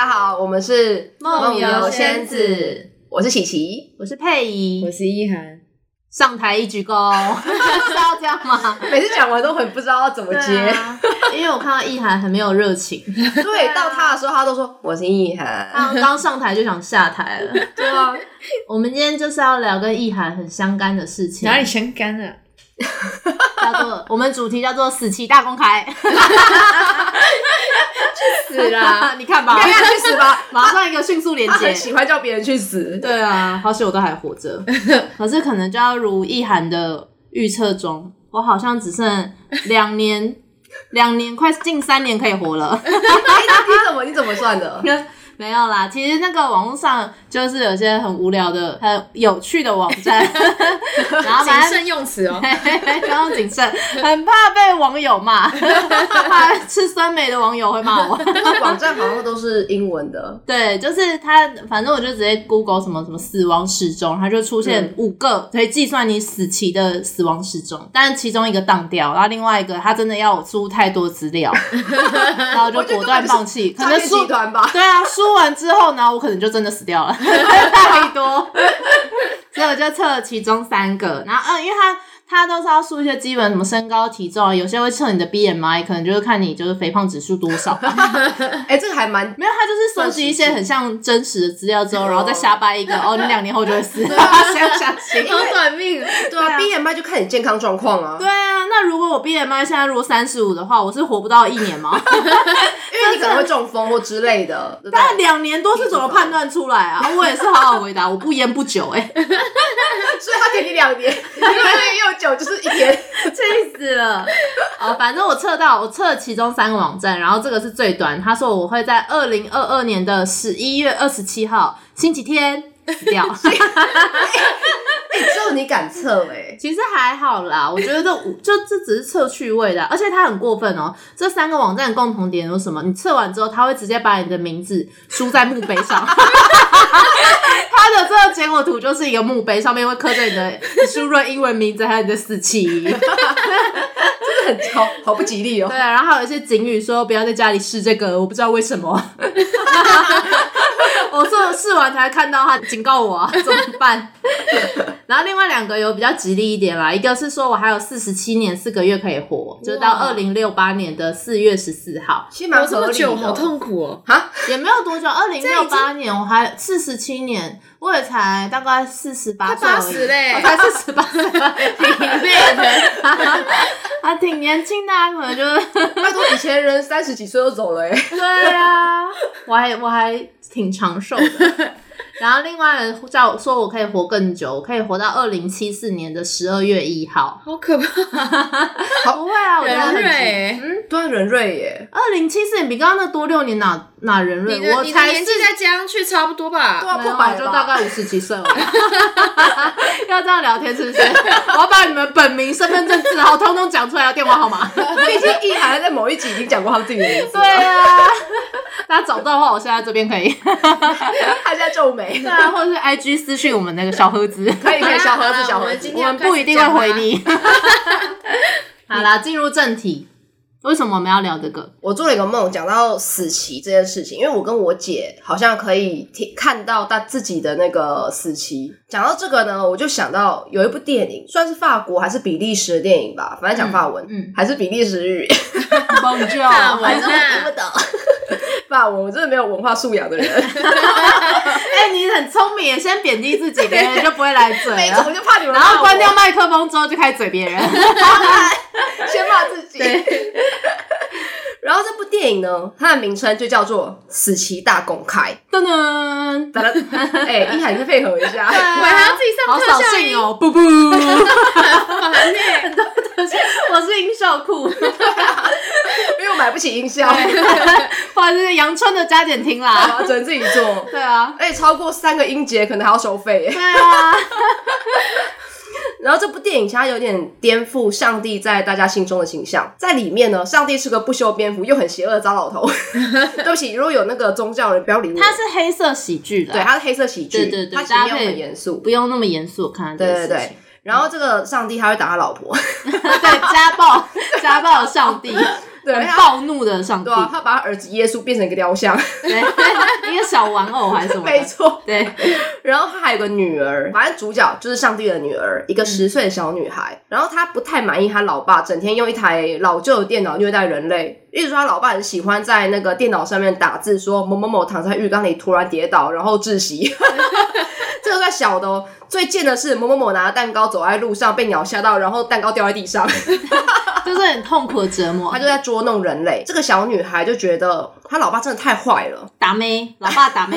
好，我们是梦游仙子， 我是琪琪， 我是佩仪， 我是一涵。 上台一鞠躬，是要这样吗？ 每次讲完都很不知道要怎么接， 因为我看到一涵很没有热情。 对，到他的时候他都说我是一涵， 他刚上台就想下台了。 对啊， 我们今天就是要聊跟一涵很相干的事情， 哪里相干啊？ 叫做我们主题叫做死期大公开。 死啦！ 你看吧， 你看去死吧， 马上一个迅速连接。 他很喜欢叫别人去死。 对啊，好险我都还活着。可是可能就要如一涵的预测中，我好像只剩2年快近3年可以活了。 你怎么算的？ 没有啦，其实那个网络上就是有些很无聊的、很有趣的网站，然后谨慎用词哦， 要用谨慎，很怕被网友骂，怕吃酸梅的网友会骂我。 那个网站好像都是英文的， 对，就是他，反正我就直接 Google 什么死亡时钟，它就出现5个可以计算你死期的死亡时钟，但其中一个当掉，然后另外一个他真的要我输太多资料，然后就果断放弃，可能集团吧？ 对啊，输完之后呢，我可能就真的死掉了，太多，所以我就测了其中3个，然后因为他都是要输一些基本什么身高体重啊，有些会测你的 BMI， 可能就是看你就是肥胖指数多少。 这个还蛮没有，他就是收集一些很像真实的资料之后，然后再瞎掰一个你2年后就会死，谁要相信？ 好短命。 对啊 ，BMI 就看你健康状况啊。 对啊，那如果我 BMI 现在如果35的话，我是活不到1年吗？ 因为你可能会中风或之类的。 但2年多是怎么判断出来啊？我也是好好回答，我不烟不酒所以他给你2年，因为又久就是1天， 气死了。反正我测了其中3个网站，然后这个是最短，他说我会在2022年的11月27号星期天死掉。 只有你敢测其实还好啦，我觉得这只是测趣味的，而且它很过分哦。这3个网站的共同点有什么？你测完之后，他会直接把你的名字输在墓碑上。他的这个结果图就是一个墓碑，上面会刻着你输入英文名字还有你的死期。 真的很好不吉利哦。 对啊，然后还有一些警语说不要在家里试这个，我不知道为什么。我试完才看到他警告我怎么办。然后另外2个有比较吉利一点啦，一个是说我还有47年4个月可以活，就是到2068年的4月14号。 其实蛮合理的。 这么久，好痛苦哦。 也没有多久，2068年我还47年，我也才大概48岁而已， 快80嘞， 我才48岁，挺累的。挺年轻的可能就是拜托以前人30几岁都走了对啊，我还挺长寿的。然后另外人叫说我可以活更久，我可以活到2074年的12月1号。 好可怕。 不会啊，我觉得很瑞对啊，人瑞耶。 2074年比刚刚那多6年哪人瑞？我你的年纪再加上去差不多吧？ 对啊，破百就大概50几岁了。要这样聊天是不是？我要把你们本名、身份证字号通通讲出来，电话号码。 毕竟一涵在某一集已经讲过他自己的名字。 对啊，大家找不到的话，我现在这边可以。 他现在皱眉。 对啊，或者是 IG 私讯我们那个小盒子， 可以小盒子， 我们不一定会回你。好啦，进入正题。为什么我们要聊这个？ 我做了一个梦，讲到死期这件事情，因为我跟我姐好像可以看到她自己的那个死期。讲到这个呢，我就想到有一部电影，算是法国还是比利时的电影吧，反正讲法文，还是比利时语。 Bonjour， 还是我听不懂。法文，我真的没有文化素养的人。 你很聪明，先贬低自己，别人就不会来嘴了。 我就怕你们， 然后关掉麦克风之后就开始嘴别人， 先骂自己。然后这部电影呢，它的名称就叫做《死期大公开》。 噔噔噔噔，一涵是配合一下， 我还要自己上特效音哦，不不，我是音效库， 因为我买不起音效， 不好意思，阳春的加减听啦， 只能自己做。 对啊， 超过3个音节可能还要收费。 对啊。 然后这部电影它有点颠覆上帝在大家心中的形象，在里面呢，上帝是个不修边幅又很邪恶的糟老头。对不起，如果有那个宗教人不要理我。 它是黑色喜剧的， 对，它是黑色喜剧， 对， 它前面很严肃， 不用那么严肃看。 对。然后这个上帝他会打他老婆， 对，家暴的上帝。 对， 很暴怒的上帝， 对啊，他把他儿子耶稣变成一个雕像， 对，一个小玩偶还是什么的？ 没错， 对。 然后他还有个女儿，反正主角就是上帝的女儿，一个10岁的小女孩。然后他不太满意他老爸整天用一台老旧的电脑虐待人类，例如说他老爸很喜欢在那个电脑上面打字说某某某躺在浴缸里突然跌倒然后窒息。这个算小的哦，最贱的是某某某拿着蛋糕走在路上被鸟吓到，然后蛋糕掉在地上。 就是很痛苦的折磨， 他就在捉弄人类。这个小女孩就觉得他老爸真的太坏了， 打妹，老爸打妹。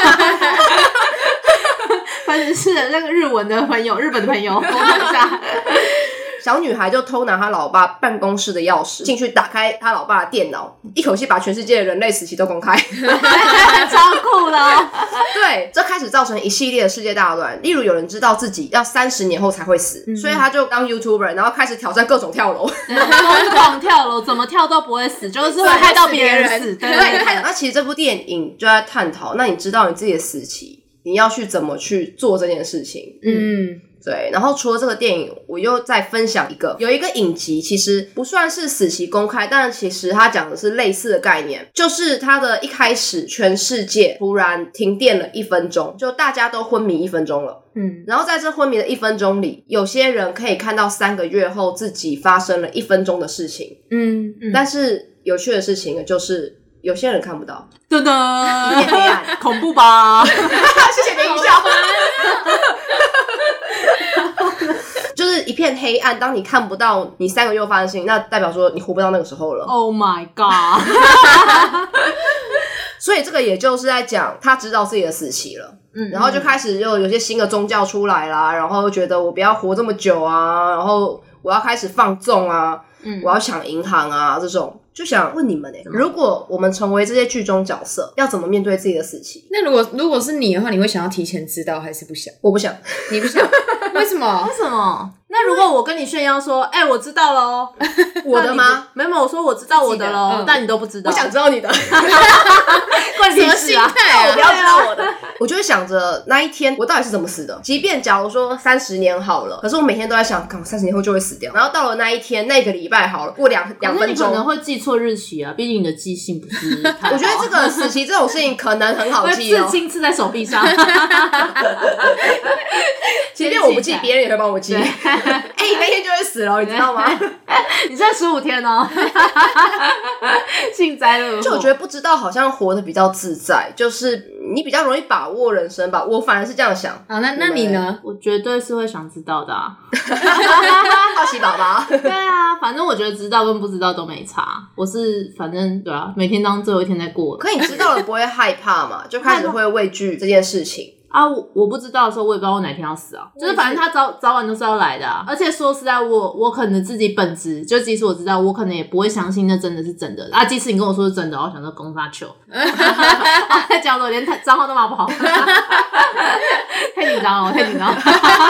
反正是那个日文的朋友，日本的朋友，我看一下。 小女孩就偷拿她老爸办公室的钥匙进去打开她老爸的电脑，一口气把全世界的人类死期都公开。 超酷的哦。 对，这开始造成一系列的世界大乱。例如有人知道自己要30年后才会死，所以他就当 YouTuber， 然后开始挑战各种跳楼。 疯狂跳楼，怎么跳都不会死，就是会害到别人死。对， 那其实这部电影就在探讨，那你知道你自己的死期，你要去怎么去做这件事情。对，然后除了这个电影，我又再分享有一个影集，其实不算是死期公开，但其实它讲的是类似的概念，就是它的一开始全世界突然停电了1分钟，就大家都昏迷1分钟了。然后在这昏迷的1分钟里，有些人可以看到3个月后自己发生了1分钟的事情。但是有趣的事情就是有些人看不到， 噔噔， 一片黑暗， 恐怖吧？ 谢谢你的音效。就是一片黑暗，当你看不到你3个月后发生的事情，那代表说你活不到那个时候了。 Oh my god。 所以这个也就是在讲他知道自己的死期了，然后就开始又有些新的宗教出来啦，然后觉得我不要活这么久啊，然后我要开始放纵啊，我要抢银行啊，这种。就想问你们如果我们成为这些剧中角色，要怎么面对自己的死期？ 那如果是你的话，你会想要提前知道还是不想？ 我不想。 你不想？为什么？ 为什么？那如果我跟你炫耀说，我知道咯， 我的吗？ 没有，我说我知道我的咯，但你都不知道。 我想知道你的。 关你事啊！ 我不要知道我的。我就会想着那一天我到底是怎么死的。即便假如说30年好了，可是我每天都在想，30年后就会死掉。然后到了那一天，那个礼拜好了，过2分钟， 你可能会记错日期啊，毕竟你的记性不是太好。 我觉得这个死期这种事情可能很好记刺青刺在手臂上。 即便我不记，别人也会帮我记。那天就会死了，你知道吗？ 你剩15天哦。幸灾乐祸。 就我觉得不知道好像活得比较自在，就是你比较容易把握人生吧。我反而是这样想。 好，那你呢？ 我绝对是会想知道的啊。 好奇宝宝。 对啊，反正我觉得知道跟不知道都没差。我是反正对啊，每天当最后一天在过。 可你知道了不会害怕嘛？就开始会畏惧这件事情。 啊，我不知道的时候，我也不知道我哪天要死啊。就是反正他早晚都是要来的啊。而且说实在，我可能自己本质就即使我知道，我可能也不会相信那真的是真的啊。即使你跟我说是真的，我想说公杀球。在讲的我连脏话都骂不好。太紧张了，我太紧张了。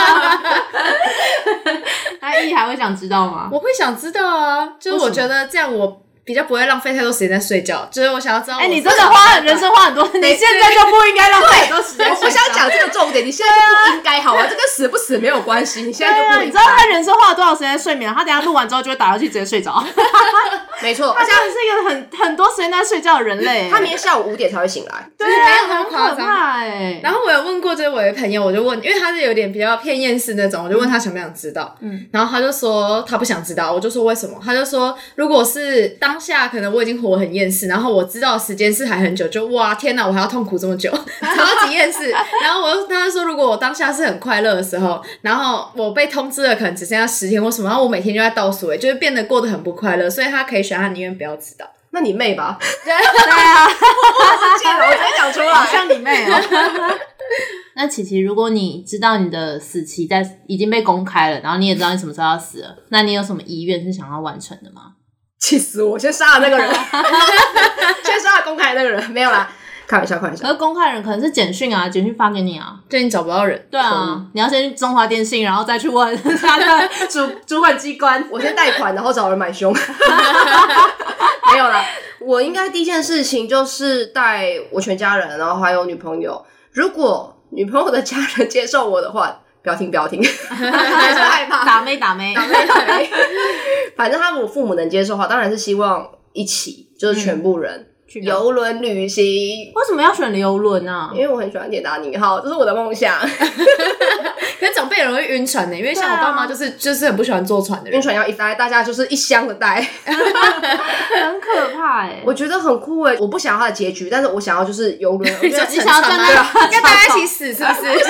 那E还会想知道吗？ 我会想知道啊，就是我觉得这样我比较不会浪费太多时间在睡觉，就是我想要知道。 你真的人生花很多，你现在就不应该浪费很多时间。 我不想讲这个重点，你现在就不应该好啊，这跟死不死没有关系，你现在就不应该。 你知道他人生花了多少时间在睡眠？他等一下录完之后就会打下去直接睡着。 没错， 他真的是一个很多时间在睡觉的人类。 他明天下午5点才会醒来。 对，没有那么夸张。 然后我有问过，就是我的朋友，我就问，因为他是有点比较偏厌世那种，我就问他想不想知道。然后他就说他不想知道，我就说为什么？他就说如果是当下可能我已经活得很厌世，然后我知道时间是还很久，就哇天哪，我还要痛苦这么久，超级厌世。然后他就说如果我当下是很快乐的时候，然后我被通知了可能只剩下10天或什么，然后我每天就在倒数，就是变得过得很不快乐，所以他可以选他宁愿不要知道。 那你妹吧。 对啊。 我是贱了，我直接讲出来。 好像你妹哦。那琪琪，如果你知道你的死期已经被公开了，然后你也知道你什么时候要死了，那你有什么遗愿是想要完成的吗？ 气死我！先杀了那个人。先杀了公开的那个人。没有啦，开玩笑。可是公开人可能是简讯啊，简讯发给你啊， 就你找不到人。 对啊，你要先去中华电信，然后再去问他的主管机关。 我先贷款，然后找人买凶。没有啦，我应该第一件事情就是带我全家人，然后还有女朋友。如果女朋友的家人接受我的话，不要听，还是害怕。 打妹。 反正他们父母能接受的话，当然是希望一起，就是全部人。邮轮旅行。 为什么要选邮轮啊？ 因为我很喜欢铁达尼号，这是我的梦想。 可是长辈容易晕船呢，因为像我爸妈就是很不喜欢坐船的人。 晕船要一带，大家就是一箱的带， 很可怕我觉得很酷我不想要它的结局，但是我想要就是邮轮，我觉得你想要在那跟大家一起死是不是？不要。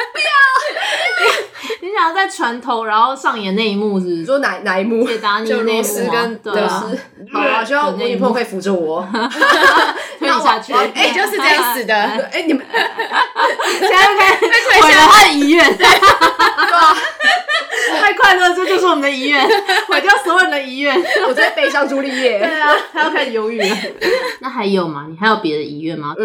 你想要在船头，然后上演那一幕是不是？ 你说哪一幕？ 铁达尼那一幕跟对啊， 好啊，希望我女朋友可以扶着我推你下去。 就是这样死的。 你们现在可以毁了他的遗愿。对啊，太快乐，这就是我们的遗愿，毁掉所有人的遗愿。 我在悲伤朱丽叶。 对啊，他要开始犹豫了。那还有吗？你还有别的遗愿吗？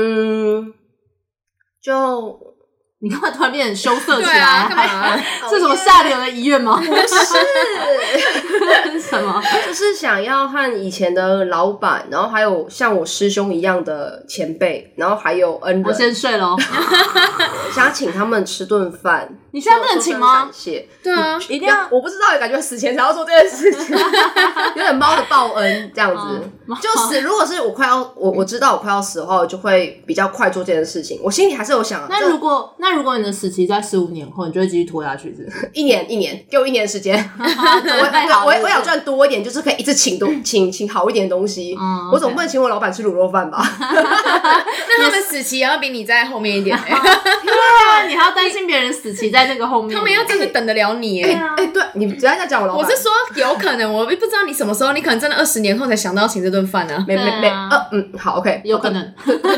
就你干嘛突然变得羞涩起来？ 对啊，干嘛？ 是什么下流的遗愿吗？ 不是， 什么？ 就是想要和以前的老板，然后还有像我师兄一样的前辈，然后还有恩人， 我先睡咯。 想要请他们吃顿饭。 你现在不能请吗？ 感谢。 对啊， 一定要。 我不知道，感觉死前才要做这件事情，有点猫的报恩这样子。就死，如果是我知道我快要死的话，我就会比较快做这件事情。我心里还是有想。 那如果你的死期在15年后，你就会继续拖下去，是不是？ 一年，给我1年时间。我想赚多一点，就是可以一直请好一点的东西。我总不能请我老板吃卤肉饭吧？ 那他们死期也要比你在后面一点。 对啊，你还要担心别人死期在那个后面， 他们要真的等得了你对，你不要再讲我老板。 我是说有可能，我不知道你什么时候，你可能真的20年后才想到请这顿饭呢。 没好 OK， 有可能。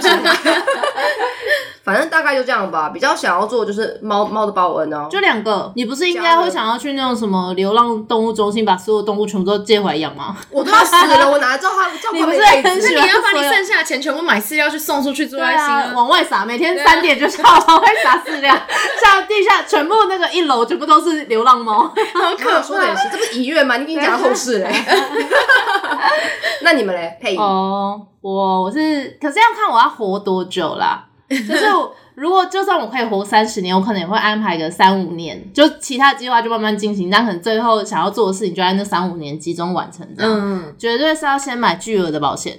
反正大概就这样吧，比较想要做就是猫的报恩哦， 就2个。你不是应该会想要去那种什么流浪动物中心，把所有动物全部都借回来养吗？ 我都要死了，我拿照你不是很喜欢？ 你要把你剩下的钱全部买饲料去送出去做爱心啊， 往外撒，每天3点就是要往外撒饲料，下地下全部那个1楼全部都是流浪猫， 好可怕。 说的也是，这不是遗愿吗？你跟你讲后事嘞。那你们嘞？佩仪我是，可是要看我要活多久啦。就是如果就算我可以活30年，我可能也会安排个3-5年，就其他计划就慢慢进行，但可能最后想要做的事情就在那3-5年集中完成这样。绝对是要先买巨额的保险。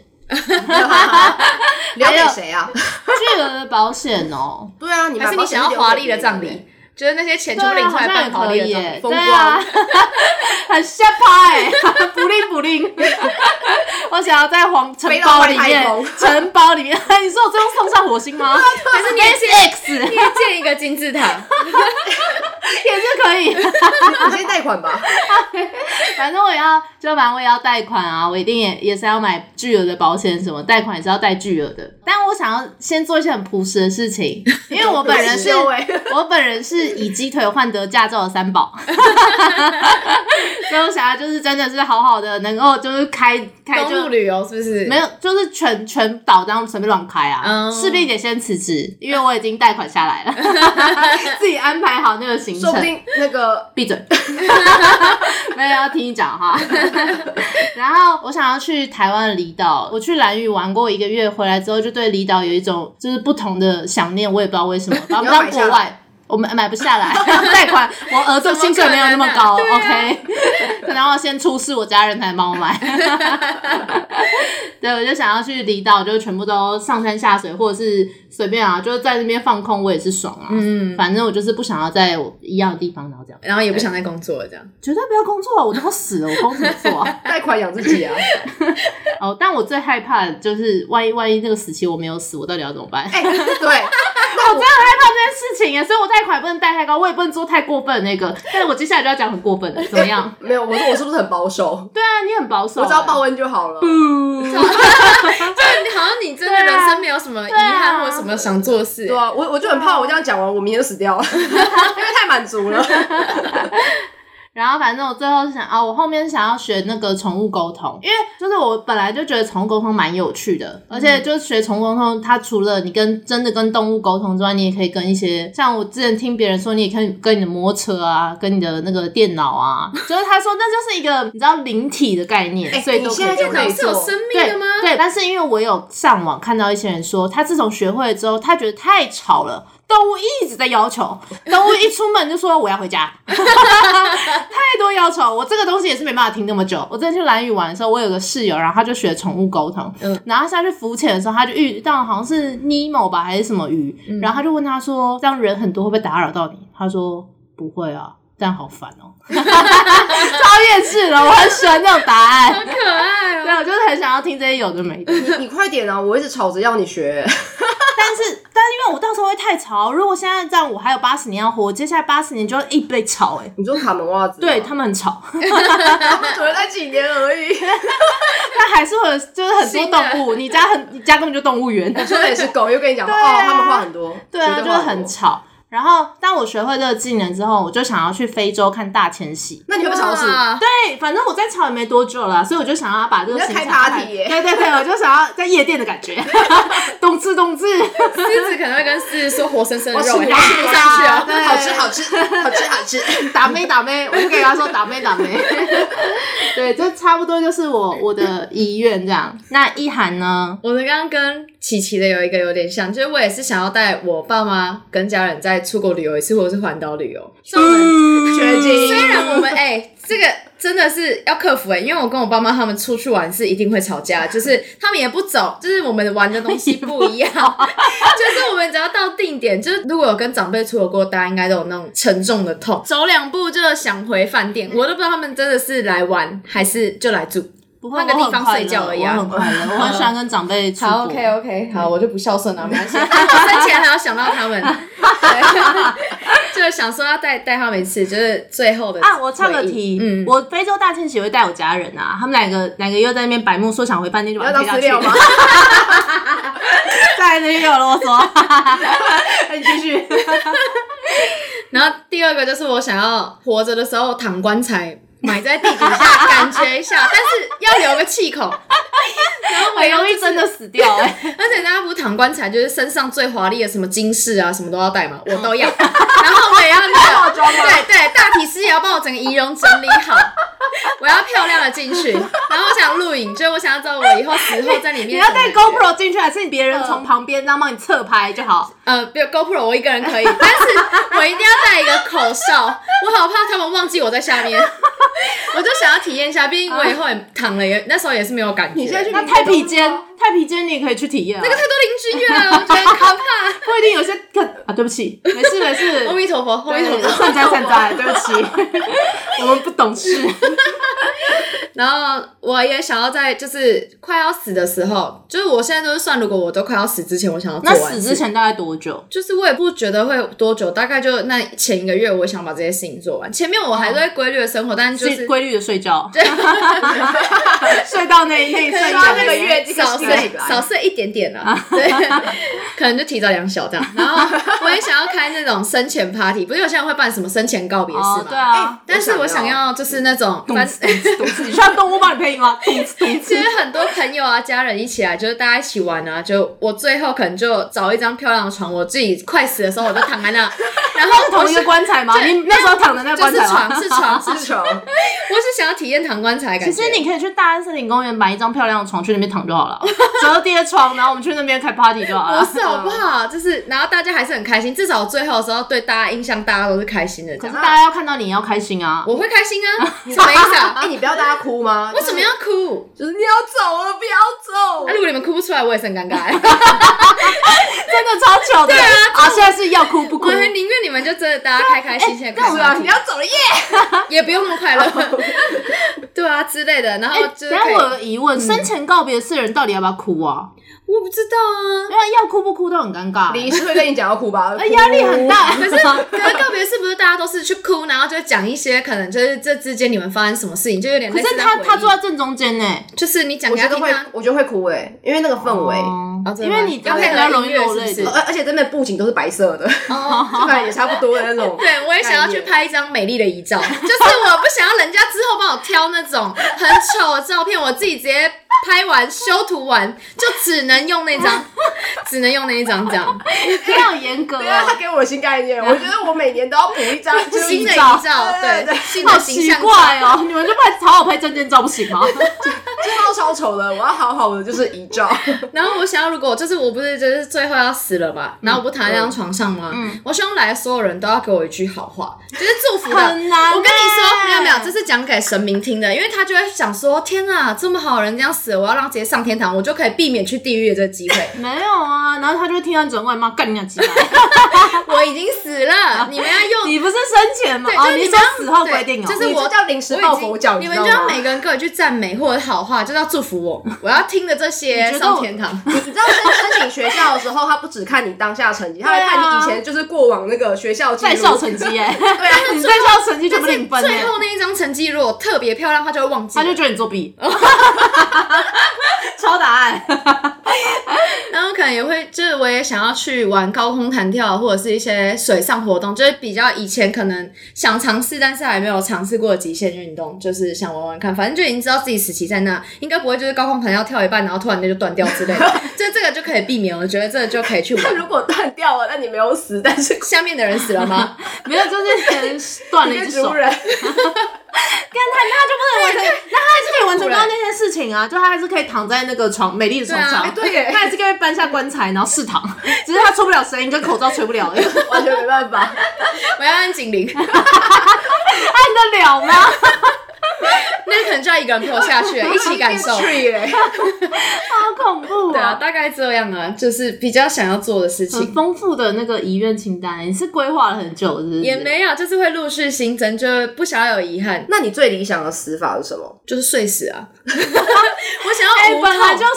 留给谁啊？ 巨额的保险哦。 对啊， 还是你想要华丽的葬礼？就是那些钱全部领出来办华丽的葬礼， 风光， 很下趴不灵。我想要在城堡里面，你说我最后送上火星吗？ 还是你也是 X， 你也建一个金字塔， 也是可以。 你先贷款吧。 反正我也要贷款啊，我一定也是要买巨额的保险，什么贷款也是要贷巨额的。但我想要先做一些很朴实的事情，因为我本人是以鸡腿换得驾照的3宝，所以我想要就是真的是好好的能够就是开公路旅游是不是？ 没有，就是全岛这样随便乱开啊，势必得先辞职，因为我已经贷款下来了，自己安排好那个行程。 说不定那个闭嘴，没有要听你讲哈。然后我想要去台湾的离岛，我去兰屿玩过1个月，回来之后就对离岛有一种就是不同的想念，我也不知道为什么。然后到国外。我买不下来，贷款，我儿子薪水没有那么高，OK， 可能要先出示我家人才能帮我买。对，我就想要去离岛，就全部都上山下水，或者是随便啊，就是在那边放空，我也是爽啊。反正我就是不想要在我一样的地方，然后这样， 然后也不想再工作了，这样绝对不要工作啊！我都要死了，我工作做啊， 贷款养自己啊。 但我最害怕的就是万一那个死期我没有死，我到底要怎么办？ 对。 我真的很害怕这件事情耶，所以我贷款不能贷太高，我也不能做太过分的那个。但是我接下来就要讲很过分的，怎么样？ 没有，我说我是不是很保守？ 对啊，你很保守， 我只要报恩就好了。 就好像你真的人生没有什么遗憾或者什么想做的事。 对啊，我就很怕我这样讲完，我明天就死掉了，因为太满足了。 然后反正我最后是我后面想要学那个宠物沟通，因为就是我本来就觉得宠物沟通蛮有趣的，而且就学宠物沟通，它除了你真的跟动物沟通之外，你也可以跟一些像我之前听别人说，你也可以跟你的摩托车啊，跟你的那个电脑啊，就是他说那就是一个你知道灵体的概念，所以都可以。 你现在就可以做， 是有生命的吗？ 对，但是因为我有上网看到一些人说，他自从学会了之后，他觉得太吵了。 动物一直在要求，动物一出门就说我要回家，太多要求，我这个东西也是没办法听那么久。我之前去兰屿玩的时候，我有个室友，然后他就学宠物沟通，然后他下去浮潜的时候，他就遇到好像是尼莫吧还是什么鱼，然后他就问他说，这样人很多会不会打扰到你？他说不会啊，但好烦哦，超厌世了，我很喜欢这种答案， 好可爱哦。 对，我就是很想要听这些有的没的。 你快点啊！我一直吵着要你学。 但因为我到时候会太吵，如果现在这样我还有80年要活，接下来80年就要一被吵你说卡门袜子？ 对，他们很吵， 他们存在几年而已。 但还是会有就是很多动物，你家根本就动物园。 说的也是狗，又跟你讲他们话很多， 对啊，就是很吵。然后当我学会这个技能之后，我就想要去非洲看大迁徙。 那你会不会吵死？ 对，反正我在吵也没多久啦，所以我就想要把这个行程开 party 耶。 对，我就想要在夜店的感觉，动次。狮子可能会跟狮子说活生生的肉， 我然后吃不上去啊， 对， 好吃， 打妹，我就给他说打妹。对，这差不多就是我的遗愿这样。那一涵呢？ 我的刚刚跟琪琪的有一个有点像，就是我也是想要带我爸妈跟家人再出国旅游一次，或者是环岛旅游。 绝境。 虽然我们这个真的是要克服因为我跟我爸妈他们出去玩是一定会吵架，就是他们也不走，就是我们玩的东西不一样，就是我们只要到定点，就是如果有跟长辈出国过，大家应该都有那种沉重的痛，走2步就想回饭店，我都不知道他们真的是来玩还是就来住。换个地方睡觉而已啊！ 我很快乐，我很喜欢跟长辈出国。 好 ，OK， 好，我就不孝顺了，没关系。我生前还要想到他们，对，就是想说要带他们一次，就是最后的我插个题，我非洲大迁徙会带我家人啊，他们两个又在那边白目说想回饭店就把他推下去。要当饲料吗？再来就有啰嗦，你继续。 然后第二个就是我想要活着的时候躺棺材。埋在地底下感觉一下，但是要留个气口，然后很容易真的死掉而且大家不是躺棺材，就是身上最华丽的什么金饰啊，什么都要带嘛，我都要。然后我也要那个，对，大体师也要帮我整个仪容整理好，我要漂亮的进去。然后我想录影，就是我想要知道我以后死后在里面。 你要带 GoPro 进去，还是别人从旁边这样帮你侧拍就好？ 比如 GoPro 我一个人可以，但是我一定要带一个口哨，我好怕他们忘记我在下面。我就想要体验一下，毕竟我以后也躺了，那时候也是没有感觉。 你现在去那太皮间你也可以去体验那个太多邻居了，我觉得很可怕。 不一定有些对不起，没事。 阿弥陀佛， 善哉，对不起，我们不懂事。 然后我也想要在就是快要死的时候，就是我现在都是算，如果我都快要死之前，我想要做完。 那死之前大概多久？ 就是我也不觉得会多久，大概就那前1个月，我想把这些事情做完。前面我还是会规律的生活，但就是规律的睡觉，睡到那个月少睡一点点啊，对，可能就提早2小这样。然后我也想要开那种生前 party， 不是有些人会办什么生前告别式吗？ 对啊， 但是我想要就是那种你需要动物帮你配音吗？ 其实很多朋友啊、家人一起来，就是大家一起玩啊。就我最后可能就找一张漂亮的床，我自己快死的时候我就躺在那，然后同一个棺材吗？你那时候躺的那个棺材吗？ 是床。我是想要体验躺棺材的感觉。 其实你可以去大安森林公园买一张漂亮的床去那边躺就好了，折叠床，然后我们去那边开 party 就好了。 不是好不好？就是然后大家还是很开心，至少最后的时候对大家印象大家都是开心的。 可是大家要看到你也要开心啊！ 我会开心啊，什么意思啊？ 你不要大家哭吗？ 为什么要哭？ 就是你要走了，不要走。 如果你们哭不出来，我也是很尴尬。 真的超糗的。对啊，现在是要哭不哭？ 我很宁愿你们就真的大家开开心心的开心。 你要走了耶， 也不用那么快乐。对啊，之类的。然后就是等一下我有个疑问，生前告别式的人到底要不要哭啊？ 我不知道啊， 因为要哭不哭都很尴尬。 李医师会跟你讲要哭吧？ 压力很大。 可是告别式不是大家都是去哭，然后就讲一些可能就是这之间你们发生什么事情，就有点类似。 可是他坐在正中间呢， 就是你讲给他听啊。 我觉得会哭因为那个氛围， 因为你要配合容易流泪， 而且真的布景都是白色的，基本上也差不多的那种。 对，我也想要去拍一张美丽的遗照，就是我不想要人家之后帮我挑那种很丑的照片，我自己直接拍完修图完就只能用那张，只能用那一张这样。 你好严格啊！他给我新概念，我觉得我每年都要补一张新的遗照，对，新的形象。 好奇怪哦，你们就好好拍证件照不行吗？ 这套超丑的，我要好好的就是遗照。 然后我想要，如果就是我不是就是最后要死了嘛，然后我不躺在那张床上吗？我希望来的所有人都要给我一句好话，就是祝福的。 很难欸。 我跟你说，没有，这是讲给神明听的，因为他就会想说，天哪，这么好的人这样死了，我要让直接上天堂，我就可以避免去地狱的这个机会。 没有啊，然后他就会听到你转过来骂干你娘鸡巴。 我已经死了，你们要用。 你不是生前吗？哦，你说死后规定哦， 就是我叫临时抱佛脚， 你们就要每个人给我一句赞美或者好话，就是要祝福我，我要听的这些上天堂。 你知道申请学校的时候，他不只看你当下成绩，他会看你以前就是过往那个学校记录在校成绩哎。 对啊， 你在校成绩就不领分。 最后那一张成绩如果特别漂亮，他就会忘记， 他就觉得你作弊。抄答案。 然后可能也会，就是我也想要去玩高空弹跳，或者是一些水上活动，就是比较以前可能想尝试，但是还没有尝试过的极限运动，就是想玩玩看。反正就已经知道自己死期在那，应该不会就是高空弹跳跳一半，然后突然间就断掉之类的。就这个就可以避免，我觉得这个就可以去玩。 如果断掉了，那你没有死，但是下面的人死了吗？ 没有，就是可能断了一只手。干他就不能完成，那他还是可以完成刚刚那件事情啊，就他还是可以躺在那个床美丽的床上， 对耶， 他还是可以搬下棺材然后试躺，只是他出不了声音，跟口罩吹不了而已， 完全没办法。 我要按警铃， 按得了吗？ 那可能就要一个人陪我下去，一起感受。 好恐怖啊！ 对啊，大概这样啊，就是比较想要做的事情。 很丰富的那个遗愿清单，你是规划了很久，是不是？ 也没有，就是会陆续新增，就不想要有遗憾。 那你最理想的死法是什么？ 就是睡死啊！我想要无痛。 本来就是，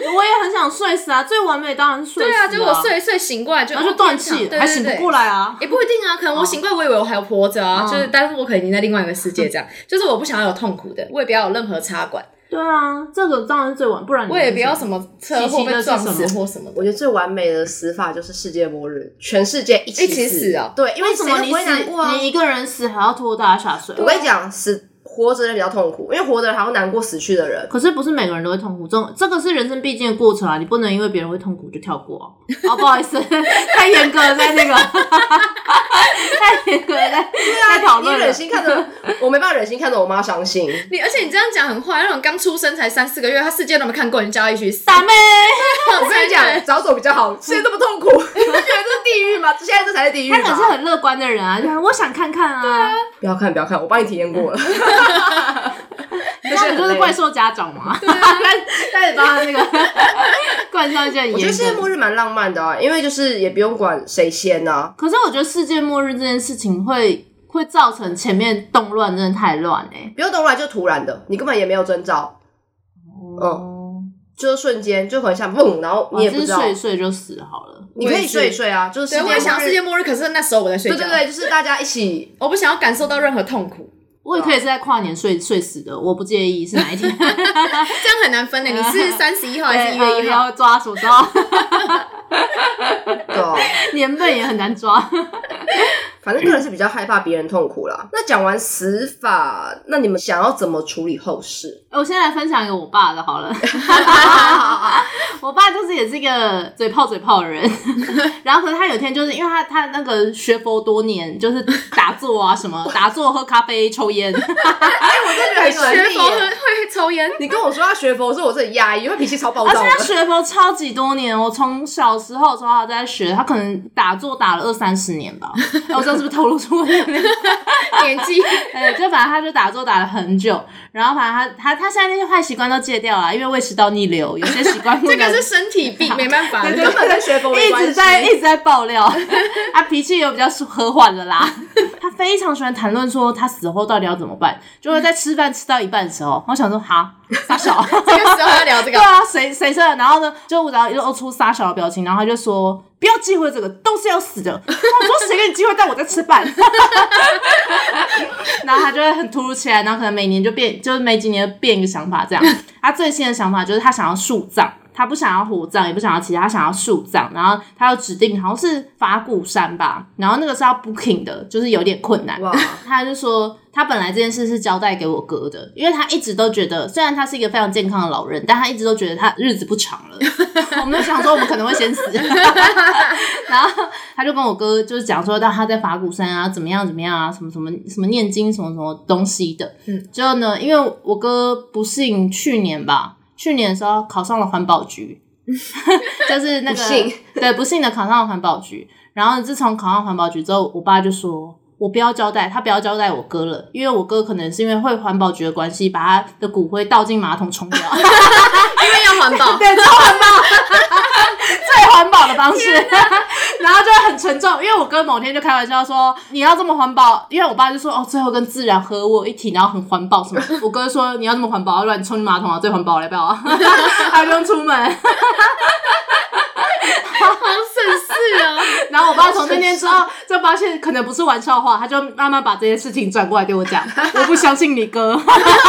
我也很想睡死啊，最完美当然是睡死啊。 对啊，就我睡一睡醒过来就， 然后就断气，还醒不过来啊。 也不一定啊，可能我醒过来，我以为我还活着啊，就是，但是我可能已经在另外一个世界这样。就是我不想要有痛苦的，我也不要有任何插管。 对啊，这个当然是最完，不然我也不要什么车祸被撞死或什么的。 我觉得最完美的死法就是世界末日，全世界一起死啊！ 对，因为什么谁都不会难过啊。 你一个人死还要拖大家下水。 我跟你讲，活着的人比较痛苦，因为活着人还要难过死去的人。 可是不是每个人都会痛苦，这个是人生必经的过程啊！你不能因为别人会痛苦就跳过啊！哦，不好意思，太严格了，在那个，太严格了，在讨论。 你忍心看着，我没办法忍心看着我妈伤心。 而且你这样讲很坏，那种刚出生才3-4个月，他世界都没看过，你叫他一起死， 打妹！ 我跟你讲，早走比较好，世界这么痛苦，你不觉得这是地狱吗？现在这才是地狱吧。 他可是很乐观的人啊，我想看看啊。 对啊， 不要看，我帮你体验过了。 那你就是怪兽家长嘛？对啊，开始帮他那个冠上一些。 我觉得世界末日蛮浪漫的啊，因为就是也不用管谁先啊。 可是我觉得世界末日这件事情会造成前面动乱，真的太乱不用动乱，就突然的，你根本也没有征兆。就是瞬间就很像砰，然后你也不知道， 睡一睡就死好了。 你可以睡一睡啊，就是世界末日。 我也想世界末日，可是那时候我在睡觉。 对，就是大家一起， 我不想要感受到任何痛苦。 我也可以是在跨年睡死的，我不介意是哪一天。 这样很难分的，你是31号还是1月1号？ 要抓什么时候？ 对， 年份也很难抓。 反正个人是比较害怕别人痛苦啦。那讲完死法，那你们想要怎么处理后事？ 我先来分享一个我爸的好了。我爸就是也是一个嘴炮的人，然后可是他有一天就是因为他那个学佛多年，就是打坐啊什么，打坐喝咖啡抽烟。 我真的觉得很学佛会抽烟。 你跟我说他学佛，说我真的压抑，因为脾气超暴躁的。 而且他学佛超级多年，我从小时候他在学，他可能打坐打了20-30年吧。我这样是不是透露出我的年纪？ 就反正他就打坐打了很久，然后反正他现在那些坏习惯都戒掉了，因为胃食道逆流，有些习惯不能。 这个是身体病，没办法， 根本跟学佛没关系。 一直在爆料，他脾气有比较和缓了啦。他非常喜欢谈论说他死后到底要怎么办，就会在吃饭吃到一半的时候，我想说哈傻小， 这个时候要聊这个， 对啊，谁吃了？然后呢，就我只要露出傻小的表情，然后他就说不要忌讳这个，都是要死的。我说谁给你机会？但我在吃饭。然后他就会很突如其来，然后可能每年就变，就是每几年变一个想法这样。他最新的想法就是他想要树葬。 他不想要火葬，也不想要其他，他想要树葬，然后他要指定好像是法鼓山吧，然后那个是要 booking 的，就是有点困难。 哇， 他就说他本来这件事是交代给我哥的，因为他一直都觉得，虽然他是一个非常健康的老人，但他一直都觉得他日子不长了。我们就想说我们可能会先死。然后他就跟我哥就是讲说，他在法鼓山啊怎么样怎么样啊，什么什么什么念经什么什么东西的。结果呢，因为我哥不幸去年的时候考上了环保局。就是那个对，不幸的考上了环保局。然后自从考上环保局之后，我爸就说我不要交代，他不要交代我哥了，因为我哥可能是因为会环保局的关系，把他的骨灰倒进马桶冲掉。 因为要环保， 对，超环保，最环保的方式。然后就很沉重，因为我哥某天就开玩笑说你要这么环保，因为我爸就说最后跟自然合我一体，然后很环保什么。我哥说你要这么环保，要不然你冲进马桶啊，最环保了，要不要？还不用出门。 好省事哦。 然后我爸从那天之后就发现可能不是玩笑话，他就慢慢把这件事情转过来对我讲。我不相信你哥。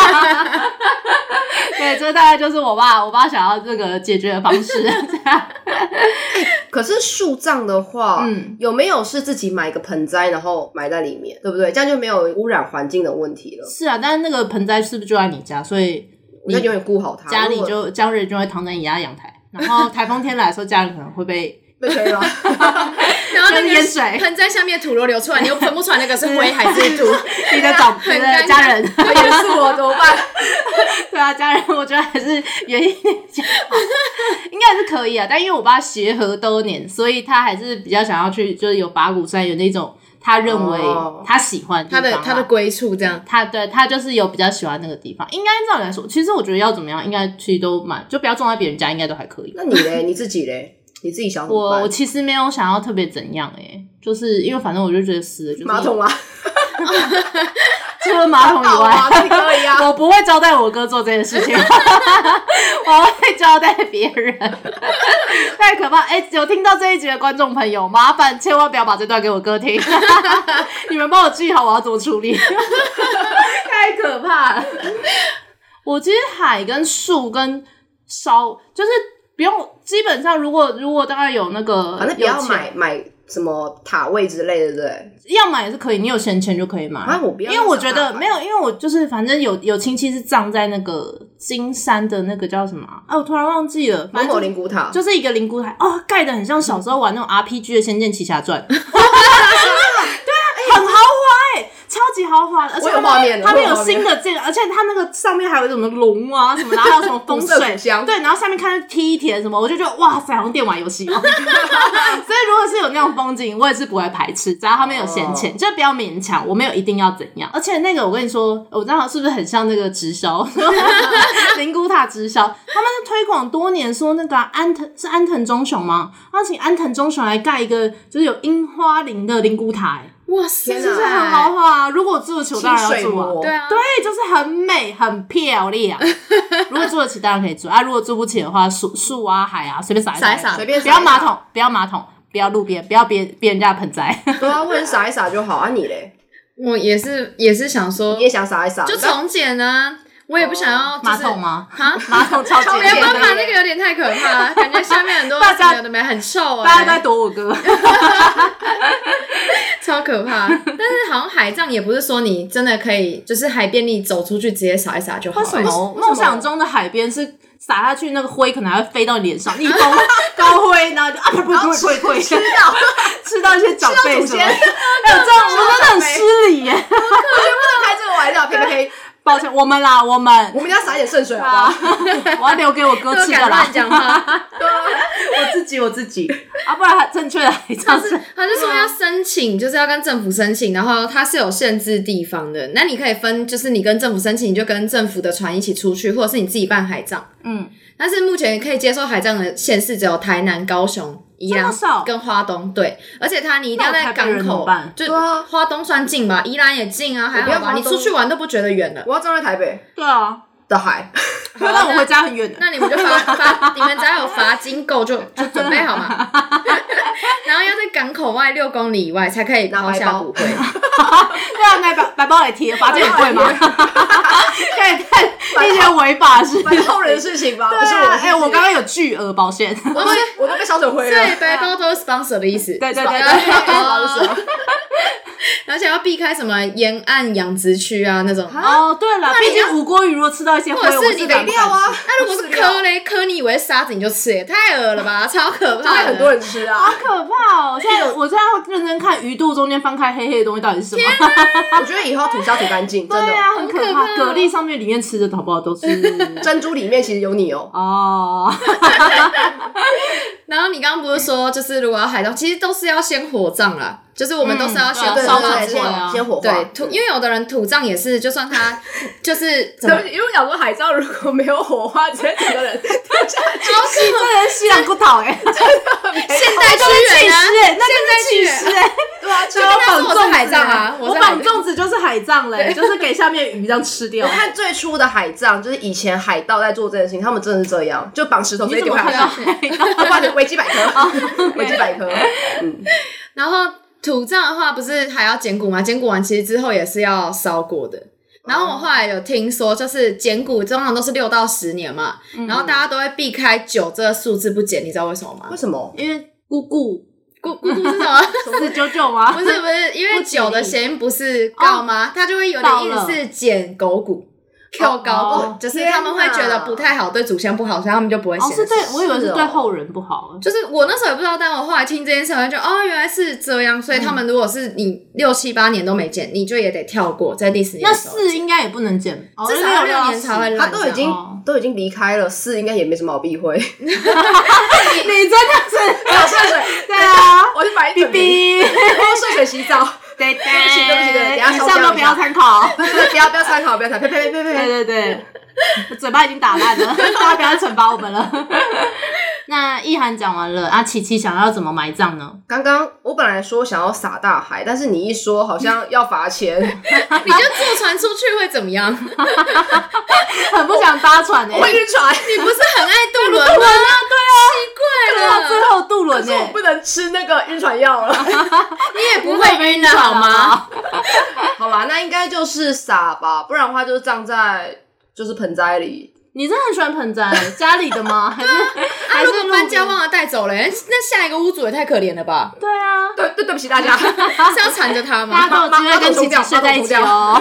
对，这大概就是我爸想要这个解决的方式。 可是树葬的话，有没有是自己买一个盆栽然后埋在里面，对不对？这样就没有污染环境的问题了。 是啊，但是那个盆栽是不是就在你家？所以你要永远顾好它， 家里就家人就会躺在你家阳台，然后台风天来的时候，家人可能会被吹了。 然后那个淹水盆栽下面土流出来，你又分不出来那个是灰还是土。 你的家人也是我怎么办？ 对啊，家人我觉得还是远一点就好，应该还是可以啊。但因为我爸协和多年，所以他还是比较想要去，就是有法鼓山有那种他认为他喜欢的地方， 他的归处这样。 他就是有比较喜欢那个地方。应该照理来说，其实我觉得要怎么样，应该其实都蛮，就不要种在别人家，应该都还可以。 那你嘞？你自己嘞？你自己想怎么办？ 我其实没有想要特别怎样就是因为反正我就觉得死了就是马桶啊。 除了马桶以外， 你可以啊。 我不会交代我哥做这件事情。我会交代别人。太可怕！有听到这一集的观众朋友，麻烦千万不要把这段给我哥听。你们帮我记好我要怎么处理。太可怕了。我其实海跟树跟烧就是不用，基本上如果大概有那个， 反正不要买什么塔位之类的，对不对？ 要买也是可以，你有闲钱就可以买。 啊，我不要， 因为我觉得没有，因为我就是反正有亲戚是葬在那个金山的那个叫什么我突然忘记了， 某某灵骨塔， 就是一个灵骨塔盖得很像小时候玩那种 RPG 的《仙剑奇侠传》。对啊，很豪华超级豪华的，而且我有画面了， 他们有新的这个，而且他那个上面还有什么龙啊什么，然后还有什么风水箱， 对，然后下面看梯田什么，我就觉得哇塞，好像电玩游戏哦。所以如果是有那种风景，我也是不会排斥，只要他们有闲钱，就不要勉强，我没有一定要怎样。而且那个我跟你说，我知道是不是很像那个直销灵骨塔直销，他们是推广多年，说那个是安藤忠雄吗？要请安藤忠雄来盖一个就是有樱花林的灵骨塔。 哇塞， 是不是很豪华如果住得起，我当然要住对啊， 对，就是很美很漂亮。如果住得起当然可以住如果住不起的话，树啊海啊随便撒一撒， 随便不要马桶，不要路边，不要憋人家的盆栽。 对啊，或者撒一撒就好你嘞？ 我也是想说， 你也想撒一撒， 就重剪啊。我也不想要、 马桶吗？ 马桶超级没有办法，那个有点太可怕了，感觉下面很多大家的没很臭大家都在躲我哥。 超可怕。但是好像海葬也不是说你真的可以就是海边你走出去直接撒一撒就好了。 为什么梦想中的海边是撒下去那个灰可能还会飞到你脸上，一风高灰，然后就呸吃到一些长辈什么的。这样我们真的很失礼耶。 我觉得不能开这个玩笑，可以抱歉，我们要撒一点圣水好不好？ 我要留给我哥吃的啦。 乱讲话。 我自己不然正确的海葬是他就说要申请，就是要跟政府申请，然后它是有限制地方的。那你可以分，就是你跟政府申请，你就跟政府的船一起出去，或者是你自己办海葬。但是目前可以接受海葬的县市只有台南、高雄、宜兰跟花东。对，而且你一定要在港口，就花东算近吧，宜兰也近啊，还好吧？你出去玩都不觉得远了。 我要站在台北， 对啊的海， 那我回家很远的。 那你们就你们只要有罚金够就准备好嘛。然后要在港口外6公里以外才可以抛下骨灰。 对啊，那白包也贴，罚金很贵吗？ 一些违法事， 蛮后人的事情吧？ 对不是我的事情我刚刚有巨额保险， 我都被烧成灰了。 对，背包都是 sponsor 的意思。 对对对对，而且要避开什么沿岸养殖区啊那种。 哦，对了，毕竟吴郭鱼如果吃到一些灰， 或者是你肥料啊， 那如果是科嘞，科你以为是沙子你就吃，也太恶了吧，超可怕的。 很多人吃啊， 好可怕哦！我现在要认真看鱼肚中间翻开黑黑的东西到底是什么。 我觉得以后吐沙吐干净，真的。 对啊，很可怕。蛤蜊上面里面吃的好不好都是珍珠里面其实有你哦。 哦。 然后你刚刚不是说，就是如果要海葬，其实都是要先火葬啦，就是我们都是要先烧葬火啊， 先火化。 对，因为有的人土葬也是，就算他就是因为我想说海葬如果没有火化，直接整个人掉下去， 这人吸两骨头哎， 现代屈原啊， 现代屈原哎， 对啊， 就跟他说我是海葬啊， 我绑粽子就是海葬嘞，就是给下面鱼这样吃掉。 我看最初的海葬，就是以前海盗在做这件事情，他们真的是这样，就绑石头直接丢下去。不然维基百科，维基百科。 然后土葬的话，不是还要捡骨吗？捡骨完其实之后也是要烧过的。然后我后来有听说，就是捡骨通常都是6到10年嘛，然后大家都会避开9这个数字不捡，你知道为什么吗？ 为什么？ 因为姑姑是什么 ？499吗？ 不是，因为9的谐音不是高吗？它就会有点意思是捡狗骨。Q 高骨，就是他们会觉得不太好，对祖先不好，所以他们就不会写。 是对，我以为是对后人不好。 就是我那时候也不知道，但我后来听这件事，我就觉得原来是这样。所以他们如果是你6、7、8年都没剪，你就也得跳过，在第10年的时候。 那4应该也不能剪， 至少要6年才会烂。 他都已经离开了，4应该也没什么好避讳。你真的是没有涉水， 对啊， 我去买BB，我涉水洗澡。 对不起， 等一下以上都不要参考， 对，不要参考，不要参考，呸！ 对，嘴巴已经打烂了，大家不要惩罚我们了。那意涵讲完了啊，琪琪想要怎么埋葬呢？ 刚刚我本来说想要撒大海，但是你一说好像要罚钱， 你就坐船出去会怎么样？ 很不想搭船我会晕船。 你不是很爱渡轮吗？ 对啊， 奇怪了， 最后渡轮我不能吃那个晕船药了。 你也不会晕的好吗？ 好啦，那应该就是撒吧，不然的话就是葬在就是盆栽里。 你真的很喜欢盆栽，家里的吗？还是如果搬家忘了带走了，那下一个屋主也太可怜了吧？ 对啊， 对不起大家， 是要缠着他吗？ 大家都有机会跟琪琪睡在一起哦。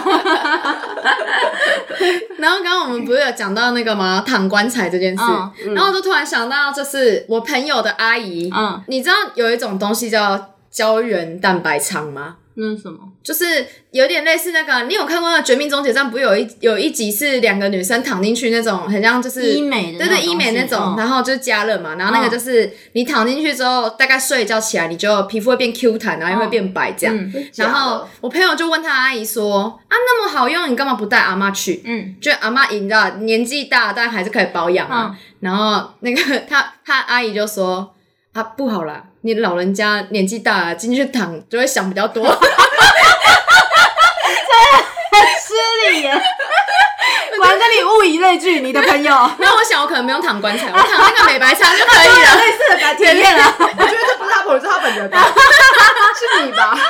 然后刚刚我们不是有讲到那个吗？躺棺材这件事，然后我就突然想到，就是我朋友的阿姨，你知道有一种东西叫胶原蛋白仓吗？ 那是什么？ 就是有点类似那个，你有看过那个《绝命终结站》？不是有一集是2个女生躺进去那种，很像就是医美的， 对医美那种，然后就是加热嘛，然后那个就是你躺进去之后，大概睡一觉起来，你就皮肤会变 Q 弹，然后又会变白这样。然后我朋友就问他阿姨说：“啊，那么好用，你干嘛不带阿嬷去？”就阿嬷你知道年纪大，但还是可以保养啊。然后那个他阿姨就说：“啊，不好啦，你老人家年纪大了，进去躺就会想比较多。” 失礼耶！果然跟你物以类聚，你的朋友。 那我想我可能不用躺棺材，我躺那个美白舱就可以了。 类似的体验了。 我觉得这不是他朋友，是他本人吧？是你吧？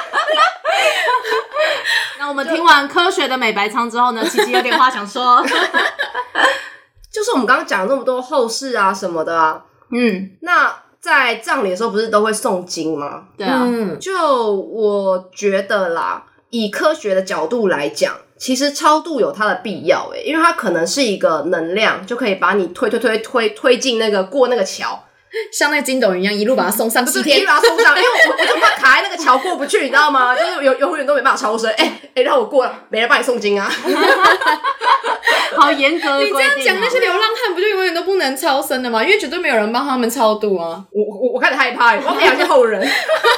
那我们听完科学的美白舱之后呢，琪琪有点话想说。 就是我们刚刚讲那么多后事啊什么的啊，那在葬礼的时候不是都会诵经吗？ 对啊， 就我觉得啦，以科学的角度来讲，其实超度有它的必要因为它可能是一个能量，就可以把你推进那个过那个桥， 像那个筋斗云一样，一路把它送上西天， 一路把它送上，因为我就怕卡在那个桥过不去，你知道吗？就是永远都没办法超生。让我过了，没人帮你诵经啊。 好严格的规定。 你这样讲，那些流浪汉不就永远都不能超生的吗？因为绝对没有人帮他们超度啊。 我开始害怕，我要培养一些后人。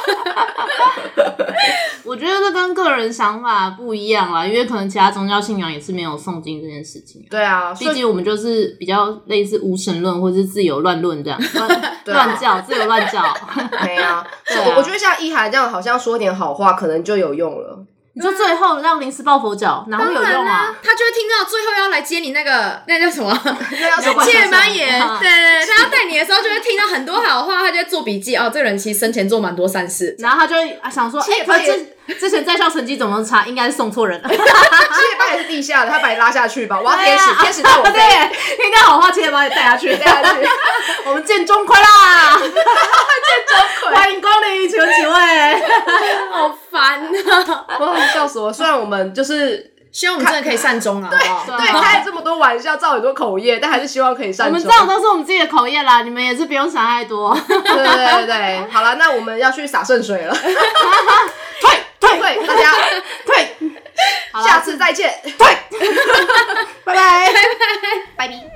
我觉得这跟个人想法不一样啦，因为可能其他宗教信仰也是没有诵经这件事情。 对啊， 毕竟我们就是比较类似无神论或者是自由乱论这样，乱教，自由乱教。 对啊，我觉得像一涵这样，好像说点好话可能就有用了。 你说最后让临时抱佛脚，哪会有用啊？ 他就会听到最后要来接你那个那叫什么？ 那要什么？ 切蔓延，对，他要带你的时候就会听到很多好话，他就会做笔记。哦，这个人其实生前做蛮多善事， 然后他就会想说，之前在校成绩怎么差，应该是送错人了。 七爷八也是地下的，他把你拉下去吧，我要天使，天使带我飞， 对，听到好话，七爷八也带下去，我们建中快啦！建中快，欢迎光临，请问几位？ 好烦啊！ 哇，笑死我！虽然我们就是希望我们真的可以善终啊，好不好？ 对，开了这么多玩笑，造很多口业，但还是希望可以善终。 我们这种都是我们自己的口业啦，你们也是不用想太多。 对，好了，那我们要去洒圣水了。退，大家退，下次再见。退，拜拜， 拜拜。